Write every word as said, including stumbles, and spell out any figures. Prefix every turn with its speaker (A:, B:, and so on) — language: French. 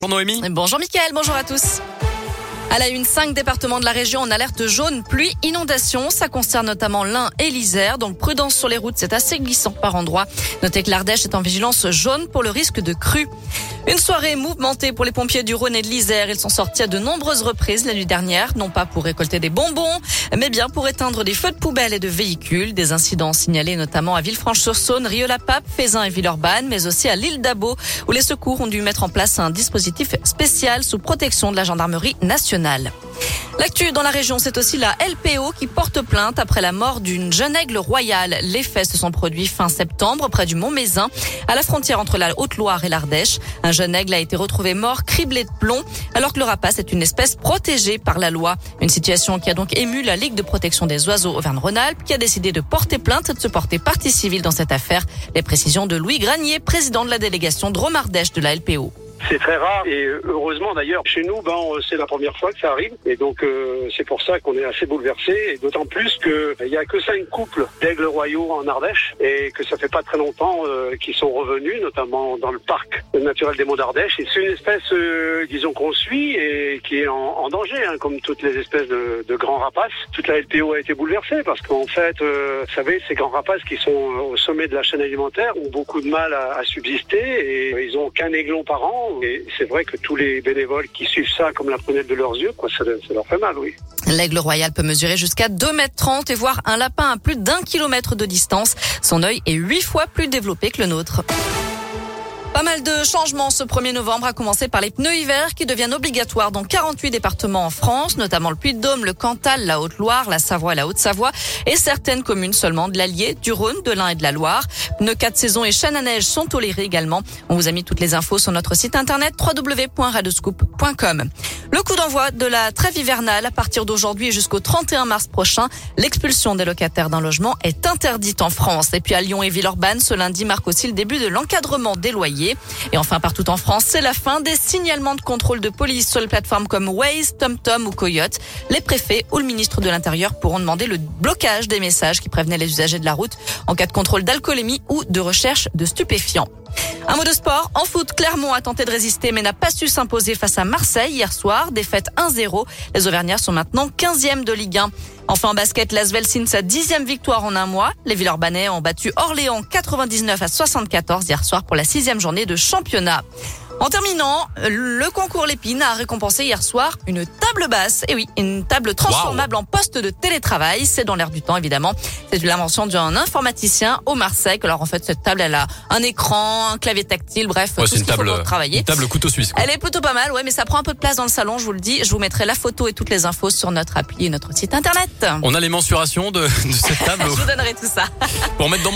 A: Bonjour Noémie.
B: Bonjour Mickaël, bonjour à tous. À la une, cinq départements de la région en alerte jaune, pluie, inondation. Ça concerne notamment l'Ain et l'Isère. Donc prudence sur les routes, c'est assez glissant par endroits. Notez que l'Ardèche est en vigilance jaune pour le risque de crue. Une soirée mouvementée pour les pompiers du Rhône et de l'Isère. Ils sont sortis à de nombreuses reprises la nuit dernière, non pas pour récolter des bonbons, mais bien pour éteindre des feux de poubelles et de véhicules. Des incidents signalés notamment à Villefranche-sur-Saône, Rieux-la-Pape, Fézin et Villeurbanne, mais aussi à l'île d'Abo, où les secours ont dû mettre en place un dispositif spécial sous protection de la gendarmerie nationale. L'actu dans la région, c'est aussi la L P O qui porte plainte après la mort d'une jeune aigle royale. Les faits se sont produits fin septembre près du Mont-Mézin, à la frontière entre la Haute-Loire et l'Ardèche. Un jeune aigle a été retrouvé mort, criblé de plomb, alors que le rapace est une espèce protégée par la loi. Une situation qui a donc ému la Ligue de protection des oiseaux Auvergne-Rhône-Alpes, qui a décidé de porter plainte et de se porter partie civile dans cette affaire. Les précisions de Louis Granier, président de la délégation Drôme-Ardèche de la L P O.
C: C'est très rare et heureusement d'ailleurs chez nous ben c'est la première fois que ça arrive et donc euh, c'est pour ça qu'on est assez bouleversé et d'autant plus que il y a que cinq couples d'aigles royaux en Ardèche et que ça fait pas très longtemps euh, qu'ils sont revenus, notamment dans le parc naturel des Monts d'Ardèche. Et c'est une espèce euh, disons qu'on suit et qui est en, en danger hein, comme toutes les espèces de, de grands rapaces. Toute la L P O a été bouleversée parce qu'en fait euh, vous savez ces grands rapaces qui sont au sommet de la chaîne alimentaire ont beaucoup de mal à, à subsister et euh, ils ont qu'un aiglon par an. Et c'est vrai que tous les bénévoles qui suivent ça comme la prunelle de leurs yeux, quoi, ça, ça leur fait mal, oui.
B: L'aigle royal peut mesurer jusqu'à deux mètres trente et voir un lapin à plus d'un kilomètre de distance. Son œil est huit fois plus développé que le nôtre. Pas mal de changements ce premier novembre, à commencer par les pneus hiver qui deviennent obligatoires dans quarante-huit départements en France, notamment le Puy-de-Dôme, le Cantal, la Haute-Loire, la Savoie et la Haute-Savoie, et certaines communes seulement de l'Allier, du Rhône, de l'Ain et de la Loire. Pneus quatre saisons et chaînes à neige sont tolérés également. On vous a mis toutes les infos sur notre site internet w w w point radioscoop point com. Le coup d'envoi de la trêve hivernale à partir d'aujourd'hui et jusqu'au trente et un mars prochain. L'expulsion des locataires d'un logement est interdite en France. Et puis à Lyon et Villeurbanne, ce lundi marque aussi le début de l'encadrement des loyers. Et enfin, partout en France, c'est la fin des signalements de contrôle de police sur les plateformes comme Waze, TomTom ou Coyote. Les préfets ou le ministre de l'Intérieur pourront demander le blocage des messages qui prévenaient les usagers de la route en cas de contrôle d'alcoolémie ou de recherche de stupéfiants. Un mot de sport. En foot, Clermont a tenté de résister mais n'a pas su s'imposer face à Marseille hier soir. Défaite un zéro. Les Auvergnats sont maintenant quinzième de Ligue un. Enfin en basket, l'Asvel signe sa dixième victoire en un mois. Les Villeurbanais ont battu Orléans quatre-vingt-dix-neuf à soixante-quatorze hier soir pour la sixième journée de championnat. En terminant, le concours Lépine a récompensé hier soir une table basse. Et oui, une table transformable wow. en poste de télétravail. C'est dans l'air du temps, évidemment. C'est l'invention d'un informaticien au Marseille. Alors, en fait, cette table, elle a un écran, un clavier tactile, bref,
A: ouais,
B: tout ce qu'il faut pour travailler.
A: Une table couteau suisse, quoi.
B: Elle est plutôt pas mal, ouais, mais ça prend un peu de place dans le salon, je vous le dis. Je vous mettrai la photo et toutes les infos sur notre appli et notre site internet.
A: On a les mensurations de, de cette table.
B: Je vous donnerai tout ça.
A: Pour mettre dans